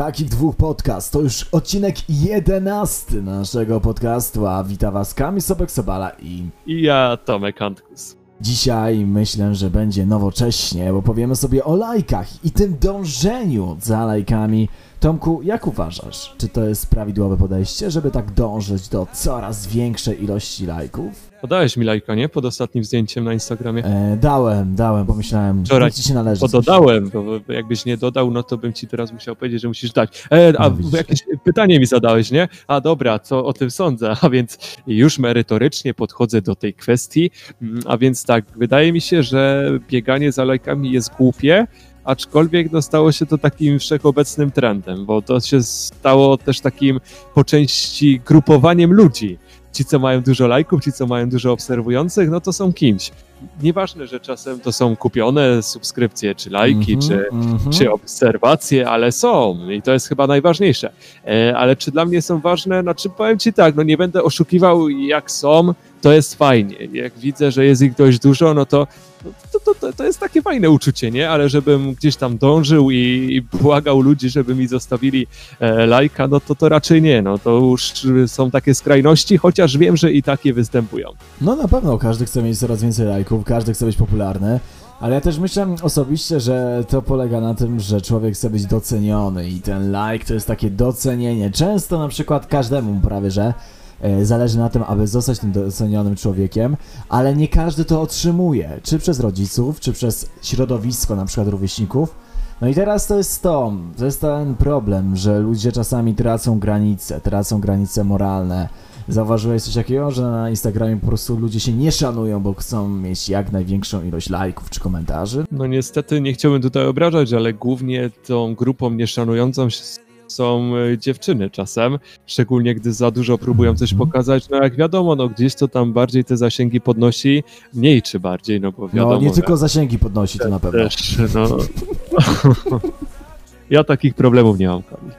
Takich dwóch podcast. To już odcinek 11 naszego podcastu, a wita was Kamil Sobek-Sobala i ja, Tomek Antkus. Dzisiaj myślę, że będzie nowocześnie, bo powiemy sobie o lajkach i tym dążeniu za lajkami. Tomku, jak uważasz? Czy to jest prawidłowe podejście, żeby tak dążyć do coraz większej ilości lajków? Podałeś mi lajka, nie? Pod ostatnim zdjęciem na Instagramie. Dałem, pomyślałem, wczoraj ci się należy. Dodałem, bo jakbyś nie dodał, no to bym ci teraz musiał powiedzieć, że musisz dać. Jakieś pytanie mi zadałeś, nie? A dobra, co o tym sądzę? A więc już merytorycznie podchodzę do tej kwestii. A więc tak, wydaje mi się, że bieganie za lajkami jest głupie, aczkolwiek stało się to takim wszechobecnym trendem, bo to się stało też takim po części grupowaniem ludzi. Ci, co mają dużo lajków, ci, co mają dużo obserwujących, no to są kimś. Nieważne, że czasem to są kupione subskrypcje, czy lajki, czy obserwacje, ale są i to jest chyba najważniejsze. Ale czy dla mnie są ważne? Znaczy powiem ci tak, no nie będę oszukiwał, jak są, to jest fajnie. Jak widzę, że jest ich dość dużo, no to jest takie fajne uczucie, nie? Ale żebym gdzieś tam dążył i błagał ludzi, żeby mi zostawili lajka, no to raczej nie. No to już są takie skrajności, chociaż wiem, że i takie występują. No na pewno każdy chce mieć coraz więcej lajków, każdy chce być popularny, ale ja też myślę osobiście, że to polega na tym, że człowiek chce być doceniony i ten like to jest takie docenienie. Często na przykład każdemu prawie, że zależy na tym, aby zostać tym docenionym człowiekiem, ale nie każdy to otrzymuje, czy przez rodziców, czy przez środowisko, na przykład rówieśników. No i teraz to jest ten problem, że ludzie czasami tracą granice moralne. Zauważyłeś coś takiego, że na Instagramie po prostu ludzie się nie szanują, bo chcą mieć jak największą ilość lajków czy komentarzy? No niestety nie chciałbym tutaj obrażać, ale głównie tą grupą nieszanującą są dziewczyny czasem, szczególnie gdy za dużo próbują coś pokazać, no jak wiadomo, no gdzieś to tam bardziej te zasięgi podnosi, mniej czy bardziej, no bo wiadomo. No nie tylko zasięgi podnosi, to na pewno. Też, no. Ja takich problemów nie mam, Kamil.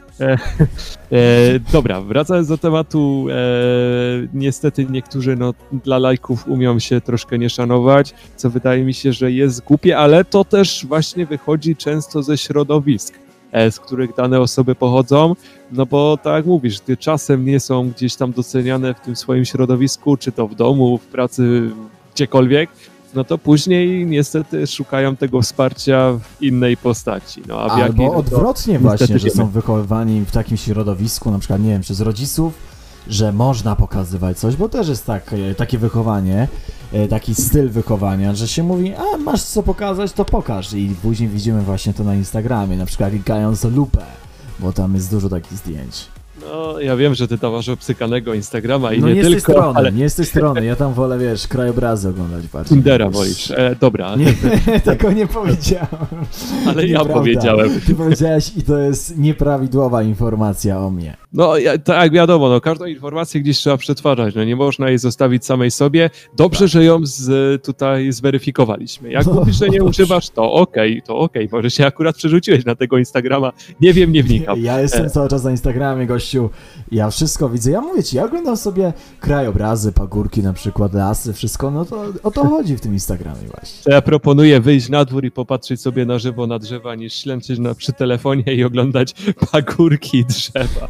Dobra, wracając do tematu, niestety niektórzy dla lajków umią się troszkę nie szanować, co wydaje mi się, że jest głupie, ale to też właśnie wychodzi często ze środowisk, z których dane osoby pochodzą, no bo tak jak mówisz, gdy czasem nie są gdzieś tam doceniane w tym swoim środowisku, czy to w domu, w pracy, gdziekolwiek, no to później niestety szukają tego wsparcia w innej postaci. No, a w albo jakiej, odwrotnie właśnie, że są wychowywani w takim środowisku, na przykład, nie wiem, przez rodziców, że można pokazywać coś, bo też jest takie wychowanie, taki styl wychowania, że się mówi, a masz co pokazać, to pokaż. I później widzimy właśnie to na Instagramie, na przykład klikając lupę, bo tam jest dużo takich zdjęć. No, ja wiem, że ty tam masz obsykanego Instagrama i no nie tylko, nie z tej strony, ja tam wolę, wiesz, krajobrazy oglądać bardziej. Tindera wolisz, dobra. Nie, tego nie powiedziałem. Ale ja powiedziałem. Ty powiedziałeś i to jest nieprawidłowa informacja o mnie. No, tak wiadomo, no każdą informację gdzieś trzeba przetwarzać, no nie można jej zostawić samej sobie. Dobrze, że ją tutaj zweryfikowaliśmy. Jak mówisz, że nie używasz, to okej, może się akurat przerzuciłeś na tego Instagrama, nie wiem, nie wnikam. Ja jestem cały czas na Instagramie, gościu, ja wszystko widzę, ja mówię ci, ja oglądam sobie krajobrazy, pagórki na przykład, lasy, wszystko, no to o to chodzi w tym Instagramie właśnie. To ja proponuję wyjść na dwór i popatrzeć sobie na żywo na drzewa, niż ślęczyć przy telefonie i oglądać pagórki i drzewa.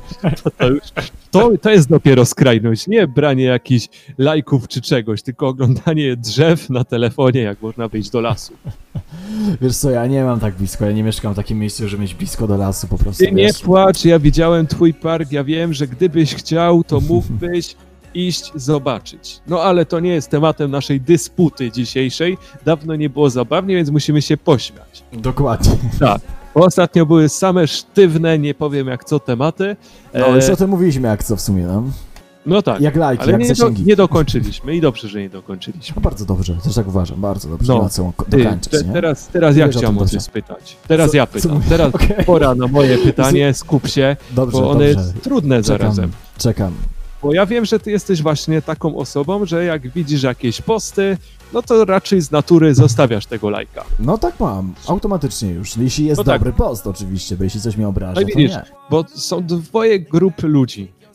To jest dopiero skrajność, nie branie jakichś lajków czy czegoś, tylko oglądanie drzew na telefonie, jak można wyjść do lasu. Wiesz co, ja nie mam tak blisko, ja nie mieszkam w takim miejscu, żeby mieć blisko do lasu po prostu. Ty nie płacz, ja widziałem twój park, ja wiem, że gdybyś chciał, to mógłbyś iść zobaczyć. No ale to nie jest tematem naszej dysputy dzisiejszej, dawno nie było zabawnie, więc musimy się pośmiać. Dokładnie. Tak. Ostatnio były same sztywne, nie powiem jak co tematy. No ale co ty mówiliśmy jak co w sumie, no? No tak, jak lajki, ale jak zasięgi. nie dokończyliśmy i dobrze, że nie dokończyliśmy. No bardzo dobrze, też tak uważam, bardzo dobrze. Nie ma co dokończyć, nie? Teraz ja chciałem o coś spytać. Teraz ja pytam. Teraz okay. Pora na moje pytanie, skup się, dobrze, bo one jest trudne zarazem. Czekam. Bo ja wiem, że ty jesteś właśnie taką osobą, że jak widzisz jakieś posty, no to raczej z natury zostawiasz tego lajka. No tak mam, automatycznie już. Jeśli jest dobry post oczywiście, bo jeśli coś mnie obraża, no to widzisz, nie. Bo są dwoje grupy ludzi.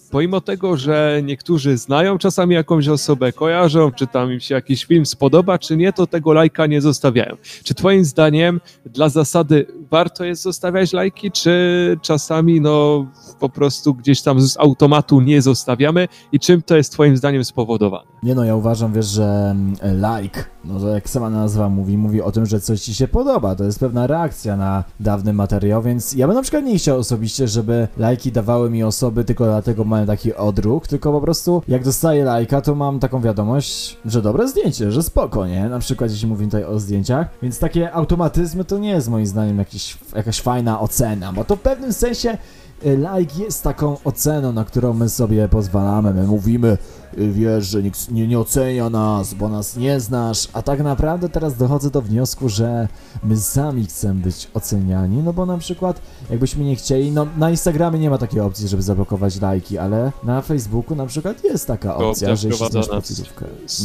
pomimo tego, że niektórzy znają czasami jakąś osobę, kojarzą, czy tam im się jakiś film spodoba, czy nie, to tego lajka nie zostawiają. Czy twoim zdaniem dla zasady warto jest zostawiać lajki, czy czasami no po prostu gdzieś tam z automatu nie zostawiamy i czym to jest twoim zdaniem spowodowane? Nie no, ja uważam, wiesz, że like, no to jak sama nazwa mówi o tym, że coś ci się podoba, to jest pewna reakcja na dawny materiał, więc ja bym na przykład nie chciał osobiście, żeby lajki dawały mi osoby tylko dlatego mają taki odruch, tylko po prostu jak dostaję lajka, to mam taką wiadomość, że dobre zdjęcie, że spoko, nie? Na przykład jeśli mówimy tutaj o zdjęciach, więc takie automatyzmy to nie jest moim zdaniem jakaś fajna ocena, bo to w pewnym sensie like jest taką oceną, na którą my sobie pozwalamy, my mówimy, wiesz, że nikt nie ocenia nas, bo nas nie znasz, a tak naprawdę teraz dochodzę do wniosku, że my sami chcemy być oceniani, no bo na przykład jakbyśmy nie chcieli, no na Instagramie nie ma takiej opcji, żeby zablokować lajki, ale na Facebooku na przykład jest taka opcja, że jeśli masz profilówkę.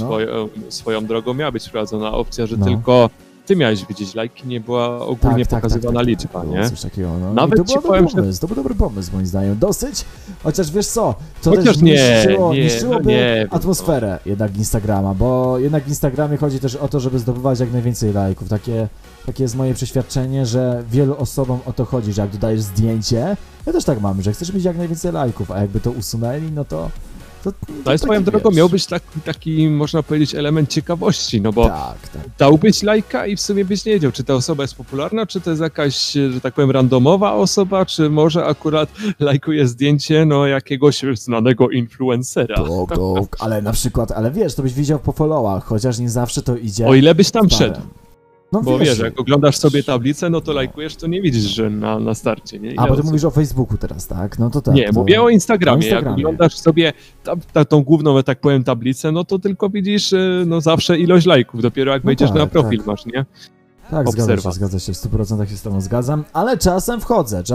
Swoją drogą miała być wprowadzona opcja, że tylko ty miałeś widzieć lajki, nie była ogólnie pokazywana liczba, nie? Coś takiego, no. Nawet to to był dobry pomysł, moim zdaniem, dosyć, chociaż wiesz co, to chociaż też niszczyłoby atmosferę jednak Instagrama, bo jednak w Instagramie chodzi też o to, żeby zdobywać jak najwięcej lajków, takie jest moje przeświadczenie, że wielu osobom o to chodzi, że jak dodajesz zdjęcie, ja też tak mam, że chcesz mieć jak najwięcej lajków, a jakby to usunęli, no to swoją drogą miał być taki, można powiedzieć, element ciekawości, no bo dałbyś lajka i w sumie byś nie wiedział, czy ta osoba jest popularna, czy to jest jakaś, że tak powiem, randomowa osoba, czy może akurat lajkuje zdjęcie, no, jakiegoś znanego influencera. Tak, ale na przykład, wiesz, to byś widział po followach, chociaż nie zawsze to idzie. O ile byś tam wszedł. No bo wiesz, jak oglądasz sobie tablicę, no to lajkujesz, to nie widzisz, że na starcie, nie? A, bo ty mówisz o Facebooku teraz, tak? No to tak. Nie, mówię o Instagramie. Jak oglądasz sobie tą główną, tak powiem, tablicę, no to tylko widzisz no zawsze ilość lajków, dopiero jak wejdziesz na profil masz, nie? Tak, zgadza się, w 100% się z tobą zgadzam, ale czasem wchodzę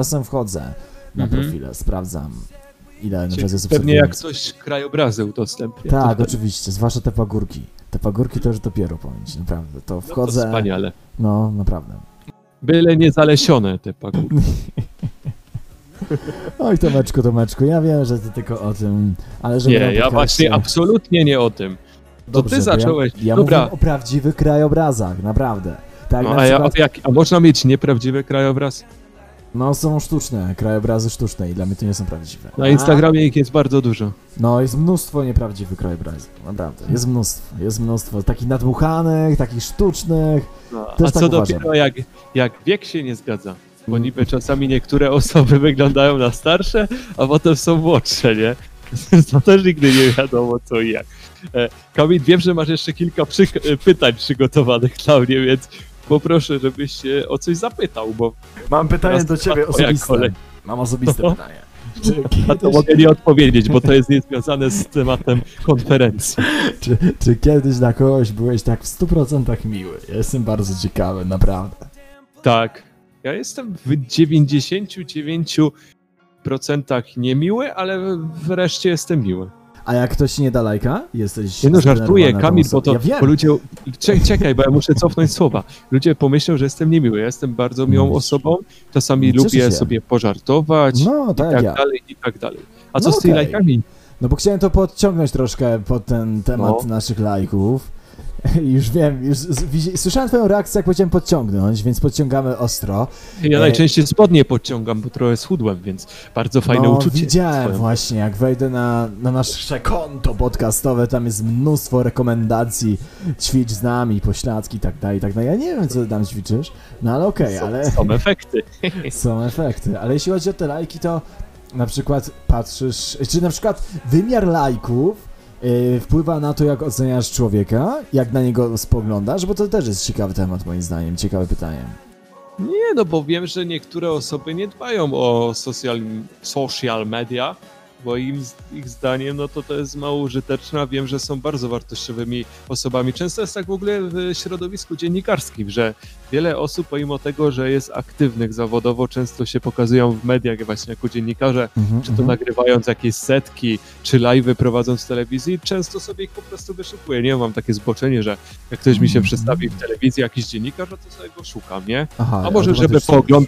na profile, sprawdzam. Ile pewnie jak coś krajobrazy udostępnia. Tak, oczywiście, zwłaszcza te pagórki. Te pagórki to już dopiero pamięć, naprawdę. To wchodzę. No to wspaniale. No, naprawdę. Byle nie zalesione te pagórki. Oj, Tomeczku, ja wiem, że ty tylko o tym, ale żeby nie, ja właśnie absolutnie nie o tym. To dobrze, ty zacząłeś. Ja mówię o prawdziwych krajobrazach, naprawdę. Tak, no, a można mieć nieprawdziwy krajobraz? No, są sztuczne, krajobrazy sztuczne i dla mnie to nie są prawdziwe. Na Instagramie ich jest bardzo dużo. No, jest mnóstwo nieprawdziwych krajobrazów, naprawdę. Jest mnóstwo takich nadmuchanych, takich sztucznych. No, a co dopiero jak wiek się nie zgadza, bo niby czasami niektóre osoby wyglądają na starsze, a potem są młodsze, nie? To też nigdy nie wiadomo co i jak. Kamil, wiem, że masz jeszcze kilka pytań przygotowanych dla mnie, więc poproszę, żebyś się o coś zapytał, bo... Mam pytanie do ciebie osobiste. Mam osobiste pytanie. A to mogę nie odpowiedzieć, bo to jest niezwiązane z tematem konferencji. Czy kiedyś dla kogoś byłeś tak w 100% miły? Ja jestem bardzo ciekawy, naprawdę. Tak. Ja jestem w 99% niemiły, ale wreszcie jestem miły. A jak ktoś nie da lajka? Jesteś... Nie no, żartuję, Kamil, bo ludzie... Czekaj, bo ja muszę cofnąć słowa. Ludzie pomyślą, że jestem niemiły. Ja jestem bardzo miłą osobą. Czasami lubię sobie pożartować i tak dalej. A co z tymi lajkami? No bo chciałem to podciągnąć troszkę pod ten temat naszych lajków. Już wiem, słyszałem twoją reakcję, jak powiedziałem podciągnąć, więc podciągamy ostro. Ja najczęściej spodnie podciągam, bo trochę schudłem, więc bardzo fajne uczucie. Widziałem właśnie, jak wejdę na nasze konto podcastowe, tam jest mnóstwo rekomendacji, ćwicz z nami, pośladki i tak dalej. Ja nie wiem, co ty tam ćwiczysz, no ale okej, ale... Są efekty. Są efekty, ale jeśli chodzi o te lajki, to na przykład patrzysz, czy na przykład wymiar lajków wpływa na to, jak oceniasz człowieka, jak na niego spoglądasz, bo to też jest ciekawy temat, moim zdaniem, ciekawe pytanie. Nie, no bo wiem, że niektóre osoby nie dbają o social media, bo ich zdaniem no to jest mało użyteczne, a wiem, że są bardzo wartościowymi osobami. Często jest tak w ogóle w środowisku dziennikarskim, że wiele osób, pomimo tego, że jest aktywnych zawodowo, często się pokazują w mediach właśnie jako dziennikarze, czy to nagrywając jakieś setki, czy live'y prowadząc w telewizji, często sobie ich po prostu wyszukuję, nie? Mam takie zboczenie, że jak ktoś mi się przedstawi w telewizji, jakiś dziennikarz, no to sobie go szukam, nie? A może żeby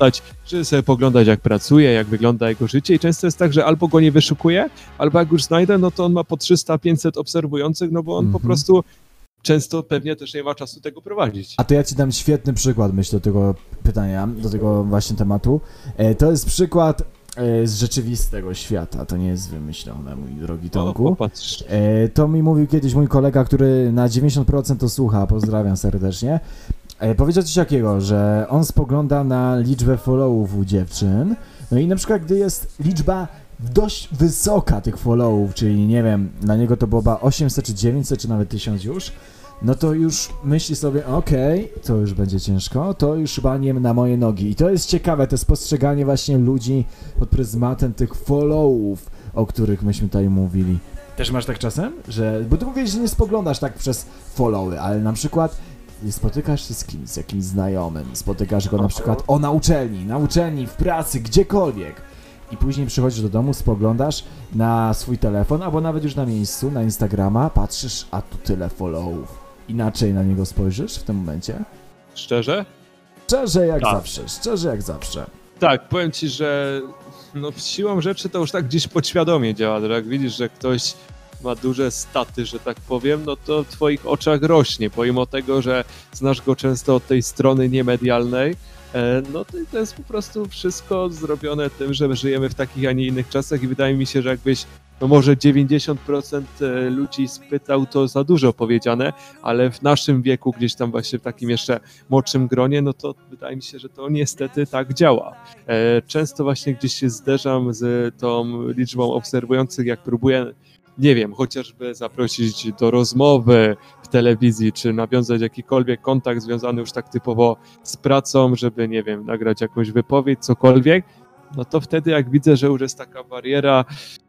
pooglądać, jak pracuje, jak wygląda jego życie i często jest tak, że albo go nie wyszukuję, albo jak już znajdę, no to on ma po 300-500 obserwujących, no bo on po prostu często pewnie też nie ma czasu tego prowadzić. A to ja ci dam świetny przykład, myślę, do tego pytania, do tego właśnie tematu. To jest przykład z rzeczywistego świata, to nie jest wymyślone, mój drogi Tomku. To mi mówił kiedyś mój kolega, który na 90% to słucha, pozdrawiam serdecznie. Powiedział coś takiego, że on spogląda na liczbę followów u dziewczyn, no i na przykład gdy jest liczba dość wysoka tych followów, czyli nie wiem, na niego to było chyba 800 czy 900 czy nawet 1000 już, no to już myśli sobie, okej, to już będzie ciężko, to już chyba nie na moje nogi. I to jest ciekawe, to spostrzeganie właśnie ludzi pod pryzmatem tych followów, o których myśmy tutaj mówili. Też masz tak czasem? Bo ty mówisz, że nie spoglądasz tak przez followy, ale na przykład spotykasz się z kimś, z jakimś znajomym, spotykasz go na przykład na uczelni, w pracy, gdziekolwiek. I później przychodzisz do domu, spoglądasz na swój telefon, albo nawet już na miejscu, na Instagrama, patrzysz, a tu tyle followów. Inaczej na niego spojrzysz w tym momencie? Szczerze? Szczerze jak zawsze. Tak, powiem ci, że no siłą rzeczy to już tak gdzieś podświadomie działa, że jak widzisz, że ktoś ma duże staty, że tak powiem, no to w twoich oczach rośnie, pomimo tego, że znasz go często od tej strony niemedialnej, no to jest po prostu wszystko zrobione tym, że żyjemy w takich, a nie innych czasach i wydaje mi się, że jakbyś no może 90% ludzi spytał, to za dużo powiedziane, ale w naszym wieku, gdzieś tam właśnie w takim jeszcze młodszym gronie, no to wydaje mi się, że to niestety tak działa. Często właśnie gdzieś się zderzam z tą liczbą obserwujących, jak próbuję, nie wiem, chociażby zaprosić do rozmowy w telewizji, czy nawiązać jakikolwiek kontakt związany już tak typowo z pracą, żeby, nie wiem, nagrać jakąś wypowiedź, cokolwiek, no to wtedy jak widzę, że już jest taka bariera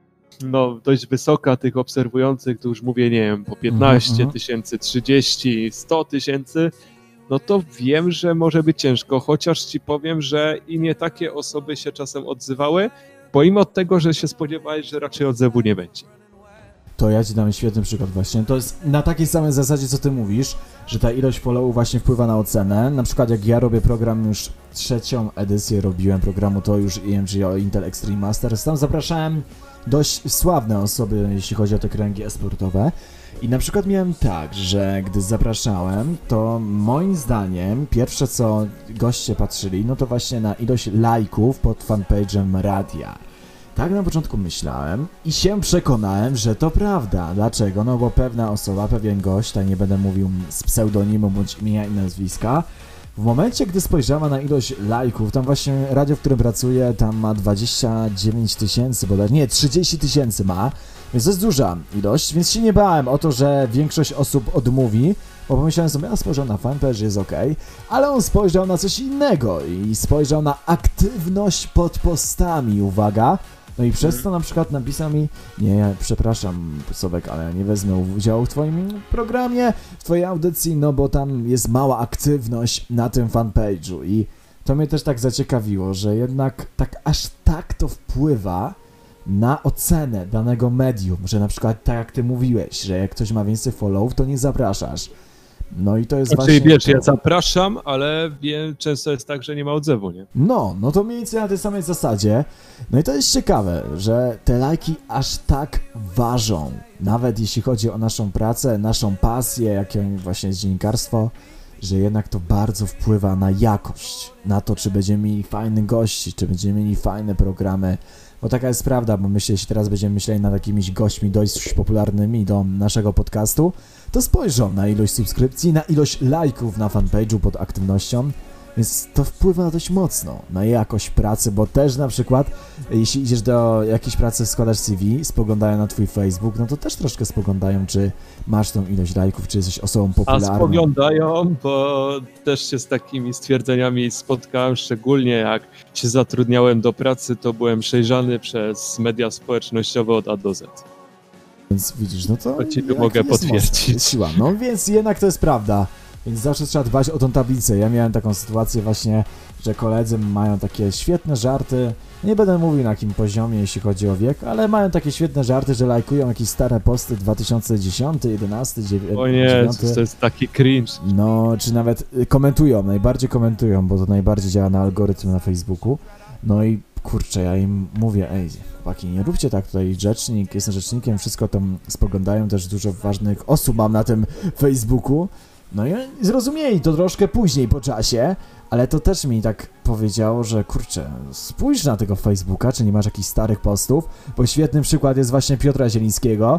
no dość wysoka tych obserwujących, to już mówię, nie wiem, po 15 tysięcy, 30, 100 tysięcy, no to wiem, że może być ciężko, chociaż ci powiem, że i nie takie osoby się czasem odzywały, pomimo tego, że się spodziewałeś, że raczej odzewu nie będzie. To ja ci dam świetny przykład właśnie. To jest na takiej samej zasadzie, co ty mówisz, że ta ilość followów właśnie wpływa na ocenę. Na przykład jak ja robię program, już 3. edycję robiłem programu, to już IMG Intel Extreme Masters. Tam zapraszałem dość sławne osoby, jeśli chodzi o te kręgi e-sportowe. I na przykład miałem tak, że gdy zapraszałem, to moim zdaniem pierwsze co goście patrzyli, no to właśnie na ilość lajków pod fanpage'em radia. Tak na początku myślałem i się przekonałem, że to prawda. Dlaczego? No bo pewna osoba, pewien gość, tak nie będę mówił z pseudonimu bądź imienia i nazwiska, w momencie, gdy spojrzała na ilość lajków, tam właśnie radio, w którym pracuję, tam ma 29 tysięcy, bodaj nie, 30 tysięcy ma, więc to jest duża ilość, więc się nie bałem o to, że większość osób odmówi, bo pomyślałem sobie, ja spojrzał na fanpage, jest okej, ale on spojrzał na coś innego i spojrzał na aktywność pod postami, uwaga. No i przez to na przykład napisał mi, nie, przepraszam Sobek, ale ja nie wezmę udziału w twoim programie, w twojej audycji, no bo tam jest mała aktywność na tym fanpage'u i to mnie też tak zaciekawiło, że jednak aż tak to wpływa na ocenę danego medium, że na przykład tak jak ty mówiłeś, że jak ktoś ma więcej followów, to nie zapraszasz. No i to jest właśnie... Czyli wiesz, ja zapraszam, ale często jest tak, że nie ma odzewu, nie? No to mniej więcej na tej samej zasadzie. No i to jest ciekawe, że te lajki aż tak ważą. Nawet jeśli chodzi o naszą pracę, naszą pasję, jaką właśnie jest dziennikarstwo, że jednak to bardzo wpływa na jakość, na to, czy będziemy mieli fajnych gości, czy będziemy mieli fajne programy. Bo taka jest prawda, bo myślę, jeśli teraz będziemy myśleli nad jakimiś gośćmi dość popularnymi do naszego podcastu, to spojrzą na ilość subskrypcji, na ilość lajków na fanpage'u pod aktywnością, więc to wpływa dość mocno na jakość pracy, bo też na przykład, jeśli idziesz do jakiejś pracy, składasz CV, spoglądają na twój Facebook, no to też troszkę spoglądają, czy masz tą ilość lajków, czy jesteś osobą popularną. A spoglądają, bo też się z takimi stwierdzeniami spotkałem, szczególnie jak się zatrudniałem do pracy, to byłem przejrzany przez media społecznościowe od A do Z. Więc widzisz, no to ci tu mogę potwierdzić. No więc jednak to jest prawda. Więc zawsze trzeba dbać o tą tablicę. Ja miałem taką sytuację właśnie, że koledzy mają takie świetne żarty, nie będę mówił na jakim poziomie, jeśli chodzi o wiek, ale mają takie świetne żarty, że lajkują jakieś stare posty 2010, 11, 9. O nie, to jest taki cringe. No, czy nawet komentują, najbardziej komentują, bo to najbardziej działa na algorytm na Facebooku. No i kurczę, ja im mówię, ej, chłopaki, nie róbcie tak, tutaj rzecznik, jestem rzecznikiem, wszystko tam spoglądają, też dużo ważnych osób mam na tym Facebooku. No i zrozumieli to troszkę później po czasie, ale to też mi tak powiedziało, że kurczę, spójrz na tego Facebooka, czy nie masz jakichś starych postów, bo świetny przykład jest właśnie Piotra Zielińskiego,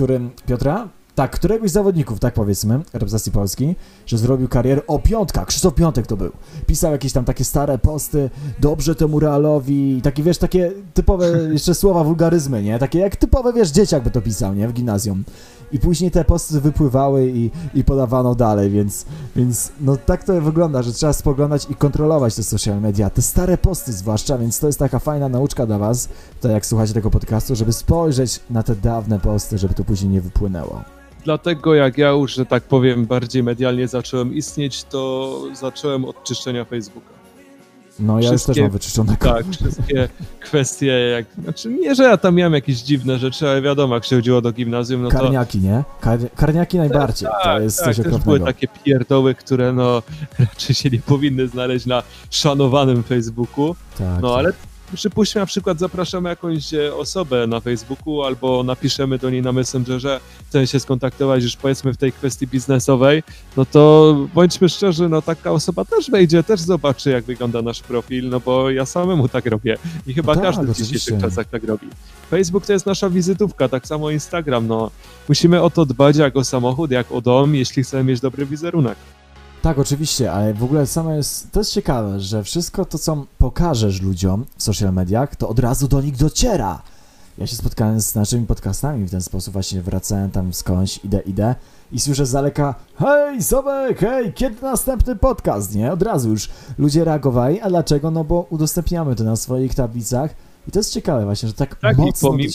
któregoś z zawodników, tak powiedzmy, reprezentacji Polski, że zrobił karierę, Piątka, Krzysztof Piątek to był. Pisał jakieś tam takie stare posty, dobrze temu Realowi, takie wiesz, takie typowe jeszcze słowa, wulgaryzmy, nie? Takie jak typowe, wiesz, dzieciak by to pisał, nie? W gimnazjum. I później te posty wypływały i podawano dalej, więc no tak to wygląda, że trzeba spoglądać i kontrolować te social media, te stare posty zwłaszcza, więc to jest taka fajna nauczka dla was, to jak słuchacie tego podcastu, żeby spojrzeć na te dawne posty, żeby to później nie wypłynęło. Dlatego jak ja już, że tak powiem, bardziej medialnie zacząłem istnieć, to zacząłem od czyszczenia Facebooka. No ja już też mam wyczyszczonego. Tak, wszystkie kwestie, znaczy nie, że ja tam miałem jakieś dziwne rzeczy, ale wiadomo, jak się chodziło do gimnazjum, no to... Karniaki, nie? Karniaki najbardziej, to jest coś okropnego. Były takie pierdoły, które no raczej się nie powinny znaleźć na szanowanym Facebooku, tak, no tak. ale przypuśćmy, na przykład zapraszamy jakąś osobę na Facebooku albo napiszemy do niej na Messengerze, chcemy się skontaktować już powiedzmy w tej kwestii biznesowej, no to bądźmy szczerzy, no taka osoba też wejdzie, też zobaczy jak wygląda nasz profil, no bo ja samemu tak robię i chyba tak, każdy w dzisiejszych czasach tak robi. Facebook to jest nasza wizytówka, tak samo Instagram, no musimy o to dbać jak o samochód, jak o dom, jeśli chcemy mieć dobry wizerunek. Tak, oczywiście, ale w ogóle to jest ciekawe, że wszystko to, co pokażesz ludziom w social mediach, to od razu do nich dociera. Ja się spotkałem z naszymi podcastami w ten sposób, właśnie wracałem tam skądś, idę i słyszę z daleka: hej, Sobek, hej, kiedy następny podcast, nie? Od razu już ludzie reagowali, a dlaczego? No bo udostępniamy to na swoich tablicach. I to jest ciekawe właśnie, że tak mocno i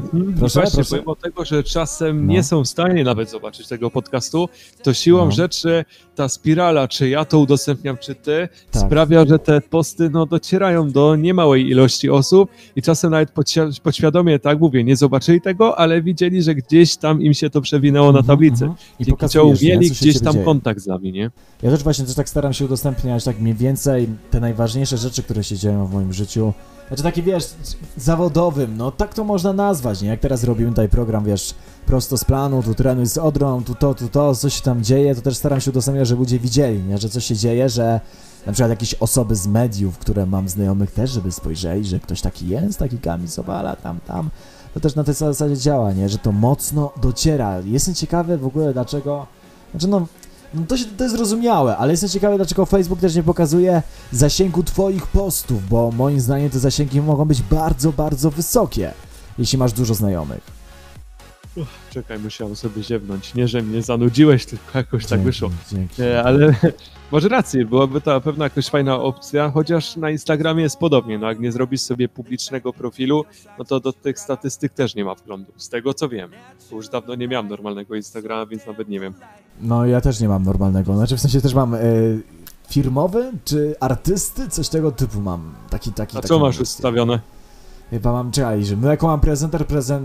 pomimo tego, że czasem nie są w stanie nawet zobaczyć tego podcastu, to siłą rzeczy ta spirala, czy ja to udostępniam, czy ty, sprawia, że te posty docierają do niemałej ilości osób i czasem nawet podświadomie, tak mówię, nie zobaczyli tego, ale widzieli, że gdzieś tam im się to przewinęło na tablicy. I dzięki czemu mieli gdzieś tam kontakt z nami, nie? Ja też właśnie tak staram się udostępniać tak mniej więcej te najważniejsze rzeczy, które się dzieją w moim życiu. Znaczy taki, wiesz, zawodowym, no tak to można nazwać, nie? Jak teraz robimy tutaj program, wiesz, prosto z planu, tu trenuj z Odrą, tu to, coś się tam dzieje, to też staram się udostępniać, żeby ludzie widzieli, nie? Że coś się dzieje, że na przykład jakieś osoby z mediów, które mam znajomych też, żeby spojrzeli, że ktoś taki jest, taki Kamil Sobala, tam. To też na tej zasadzie działa, nie? Że to mocno dociera. Jestem ciekawy w ogóle dlaczego, znaczy to jest zrozumiałe, ale jestem ciekawy, dlaczego Facebook też nie pokazuje zasięgu twoich postów, bo moim zdaniem te zasięgi mogą być bardzo, bardzo wysokie, jeśli masz dużo znajomych. Czekaj, musiałem sobie ziewnąć. Nie, że mnie zanudziłeś, tylko jakoś tak wyszło. Dzięki. Ale masz rację, byłaby to na pewno jakaś fajna opcja, chociaż na Instagramie jest podobnie. No jak nie zrobisz sobie publicznego profilu, no to do tych statystyk też nie ma wglądu. Z tego co wiem. Bo już dawno nie miałem normalnego Instagrama, więc nawet nie wiem. No ja też nie mam normalnego. Znaczy w sensie też mam firmowy czy artysty, coś tego typu mam. Taki. A co masz ustawione? Chyba mam, czekaj, że jako mam prezenter,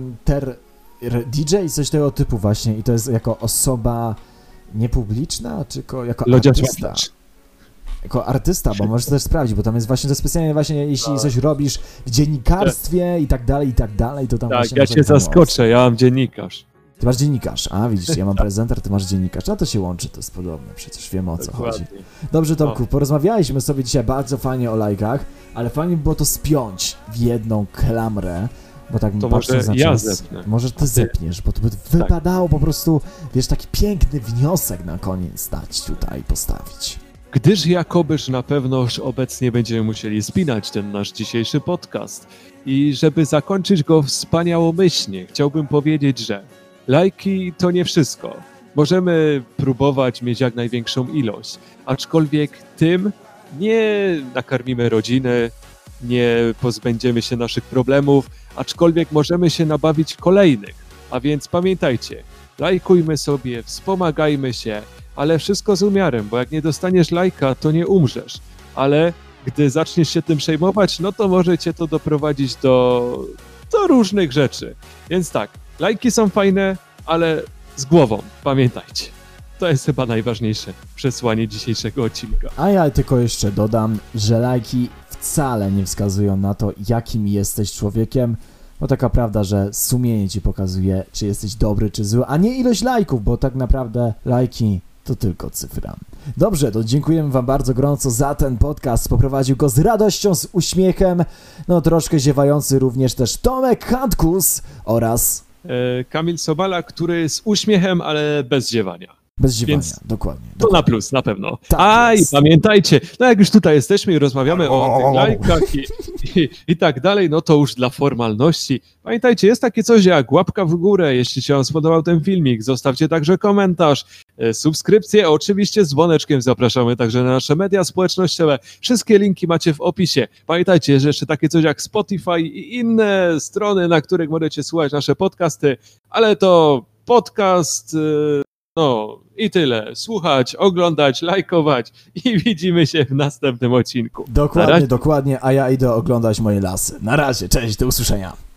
DJ i coś tego typu właśnie i to jest jako osoba niepubliczna, czy jako artysta? Jako artysta, bo możesz to też sprawdzić, bo tam jest właśnie to specjalnie właśnie, jeśli coś robisz w dziennikarstwie i tak dalej, to tam właśnie... Tak, ja cię zaskoczę, ja mam dziennikarz. Ty masz dziennikarz, a widzisz, ja mam prezenter, ty masz dziennikarz, no to się łączy, to jest podobne, przecież wiemy o co chodzi. Dobrze, Tomku, porozmawialiśmy sobie dzisiaj bardzo fajnie o lajkach, ale fajnie by było to spiąć w jedną klamrę, bo tak to może ja zepnę. Może ty zepniesz, bo to by wypadało po prostu, wiesz, taki piękny wniosek na koniec dać tutaj, postawić. Gdyż jakobyż na pewnoż obecnie będziemy musieli spinać ten nasz dzisiejszy podcast. I żeby zakończyć go wspaniałomyślnie, chciałbym powiedzieć, że lajki to nie wszystko. Możemy próbować mieć jak największą ilość, aczkolwiek tym nie nakarmimy rodziny, nie pozbędziemy się naszych problemów, aczkolwiek możemy się nabawić kolejnych. A więc pamiętajcie, lajkujmy sobie, wspomagajmy się, ale wszystko z umiarem, bo jak nie dostaniesz lajka, to nie umrzesz, ale gdy zaczniesz się tym przejmować, no to może cię to doprowadzić do różnych rzeczy. Więc tak, lajki są fajne, ale z głową, pamiętajcie. To jest chyba najważniejsze przesłanie dzisiejszego odcinka. A ja tylko jeszcze dodam, że lajki wcale nie wskazują na to, jakim jesteś człowiekiem, bo taka prawda, że sumienie ci pokazuje, czy jesteś dobry, czy zły, a nie ilość lajków, bo tak naprawdę lajki to tylko cyfra. Dobrze, to dziękujemy wam bardzo gorąco za ten podcast. Poprowadził go z radością, z uśmiechem, no troszkę ziewający również też Tomek Handkus oraz Kamil Sobala, który z uśmiechem, ale bez ziewania. Bez ziewania, Więc dokładnie. To na plus, na pewno. Tak I jest. pamiętajcie, no jak już tutaj jesteśmy i rozmawiamy o tych lajkach i tak dalej, no to już dla formalności. Pamiętajcie, jest takie coś jak łapka w górę, jeśli się wam spodobał ten filmik. Zostawcie także komentarz, subskrypcję, oczywiście z dzwoneczkiem zapraszamy także na nasze media społecznościowe. Wszystkie linki macie w opisie. Pamiętajcie, że jeszcze takie coś jak Spotify i inne strony, na których możecie słuchać nasze podcasty, ale to podcast... No i tyle. Słuchać, oglądać, lajkować i widzimy się w następnym odcinku. Dokładnie, a ja idę oglądać moje lasy. Na razie, cześć, do usłyszenia.